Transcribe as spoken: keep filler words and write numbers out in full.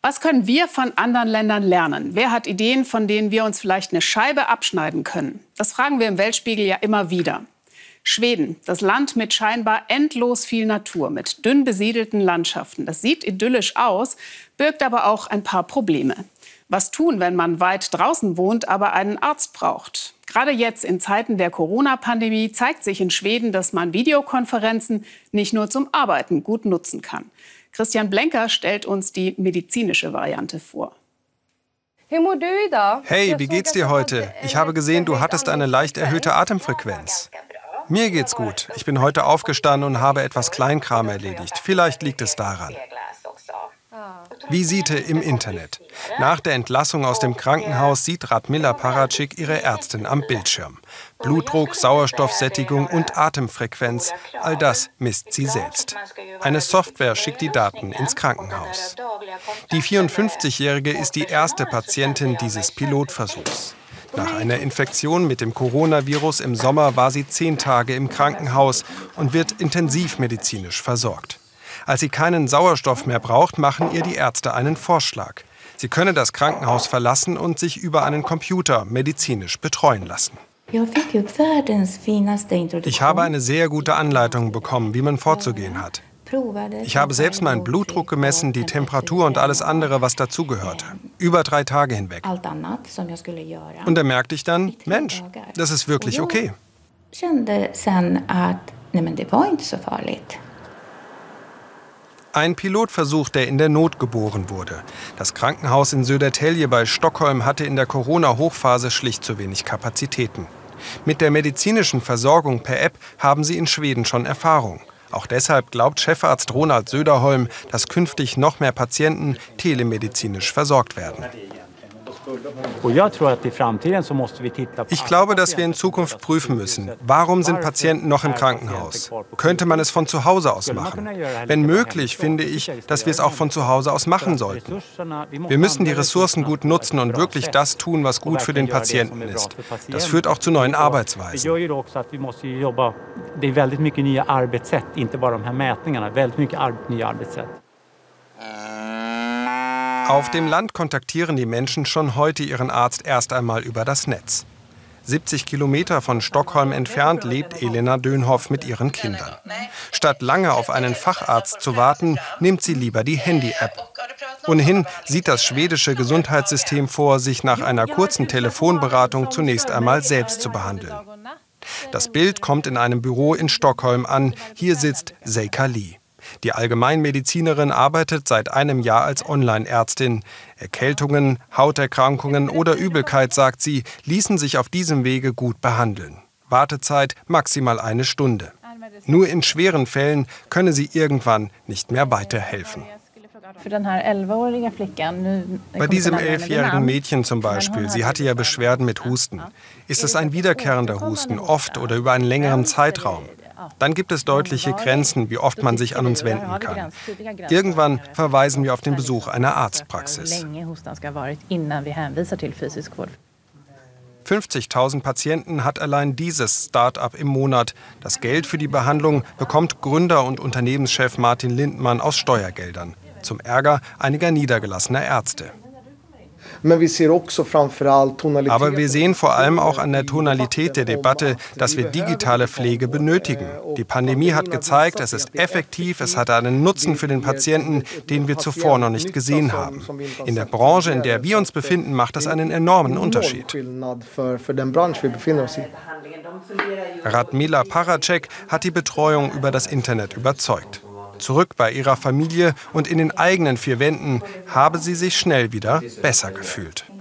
Was können wir von anderen Ländern lernen? Wer hat Ideen, von denen wir uns vielleicht eine Scheibe abschneiden können? Das fragen wir im Weltspiegel ja immer wieder. Schweden, das Land mit scheinbar endlos viel Natur, mit dünn besiedelten Landschaften. Das sieht idyllisch aus, birgt aber auch ein paar Probleme. Was tun, wenn man weit draußen wohnt, aber einen Arzt braucht? Gerade jetzt in Zeiten der Corona-Pandemie zeigt sich in Schweden, dass man Videokonferenzen nicht nur zum Arbeiten gut nutzen kann. Christian Blenker stellt uns die medizinische Variante vor. Hey, wie geht's dir heute? Ich habe gesehen, du hattest eine leicht erhöhte Atemfrequenz. Mir geht's gut. Ich bin heute aufgestanden und habe etwas Kleinkram erledigt. Vielleicht liegt es daran. Visite im Internet. Nach der Entlassung aus dem Krankenhaus sieht Radmila Paracic ihre Ärztin am Bildschirm. Blutdruck, Sauerstoffsättigung und Atemfrequenz, all das misst sie selbst. Eine Software schickt die Daten ins Krankenhaus. Die vierundfünfzigjährige ist die erste Patientin dieses Pilotversuchs. Nach einer Infektion mit dem Coronavirus im Sommer war sie zehn Tage im Krankenhaus und wird intensivmedizinisch versorgt. Als sie keinen Sauerstoff mehr braucht, machen ihr die Ärzte einen Vorschlag. Sie könne das Krankenhaus verlassen und sich über einen Computer medizinisch betreuen lassen. Ich habe eine sehr gute Anleitung bekommen, wie man vorzugehen hat. Ich habe selbst meinen Blutdruck gemessen, die Temperatur und alles andere, was dazugehörte. Über drei Tage hinweg. Und da merkte ich dann, Mensch, das ist wirklich okay. Ein Pilotversuch, der in der Not geboren wurde. Das Krankenhaus in Södertälje bei Stockholm hatte in der Corona-Hochphase schlicht zu wenig Kapazitäten. Mit der medizinischen Versorgung per App haben sie in Schweden schon Erfahrung. Auch deshalb glaubt Chefarzt Ronald Söderholm, dass künftig noch mehr Patienten telemedizinisch versorgt werden. Ich glaube, dass wir in Zukunft prüfen müssen, warum sind Patienten noch im Krankenhaus? Könnte man es von zu Hause aus machen? Wenn möglich, finde ich, dass wir es auch von zu Hause aus machen sollten. Wir müssen die Ressourcen gut nutzen und wirklich das tun, was gut für den Patienten ist. Das führt auch zu neuen Arbeitsweisen. Auf dem Land kontaktieren die Menschen schon heute ihren Arzt erst einmal über das Netz. siebzig Kilometer von Stockholm entfernt lebt Elena Dönhoff mit ihren Kindern. Statt lange auf einen Facharzt zu warten, nimmt sie lieber die Handy-App. Ohnehin sieht das schwedische Gesundheitssystem vor, sich nach einer kurzen Telefonberatung zunächst einmal selbst zu behandeln. Das Bild kommt in einem Büro in Stockholm an. Hier sitzt Seika Lee. Die Allgemeinmedizinerin arbeitet seit einem Jahr als Online-Ärztin. Erkältungen, Hauterkrankungen oder Übelkeit, sagt sie, ließen sich auf diesem Wege gut behandeln. Wartezeit maximal eine Stunde. Nur in schweren Fällen könne sie irgendwann nicht mehr weiterhelfen. Bei diesem elfjährigen Mädchen zum Beispiel, sie hatte ja Beschwerden mit Husten. Ist es ein wiederkehrender Husten, oft oder über einen längeren Zeitraum? Dann gibt es deutliche Grenzen, wie oft man sich an uns wenden kann. Irgendwann verweisen wir auf den Besuch einer Arztpraxis. fünfzigtausend Patienten hat allein dieses Start-up im Monat. Das Geld für die Behandlung bekommt Gründer und Unternehmenschef Martin Lindmann aus Steuergeldern. Zum Ärger einiger niedergelassener Ärzte. Aber wir sehen vor allem auch an der Tonalität der Debatte, dass wir digitale Pflege benötigen. Die Pandemie hat gezeigt, es ist effektiv, es hat einen Nutzen für den Patienten, den wir zuvor noch nicht gesehen haben. In der Branche, in der wir uns befinden, macht das einen enormen Unterschied. Radmila Paracic hat die Betreuung über das Internet überzeugt. Zurück bei ihrer Familie und in den eigenen vier Wänden habe sie sich schnell wieder besser gefühlt.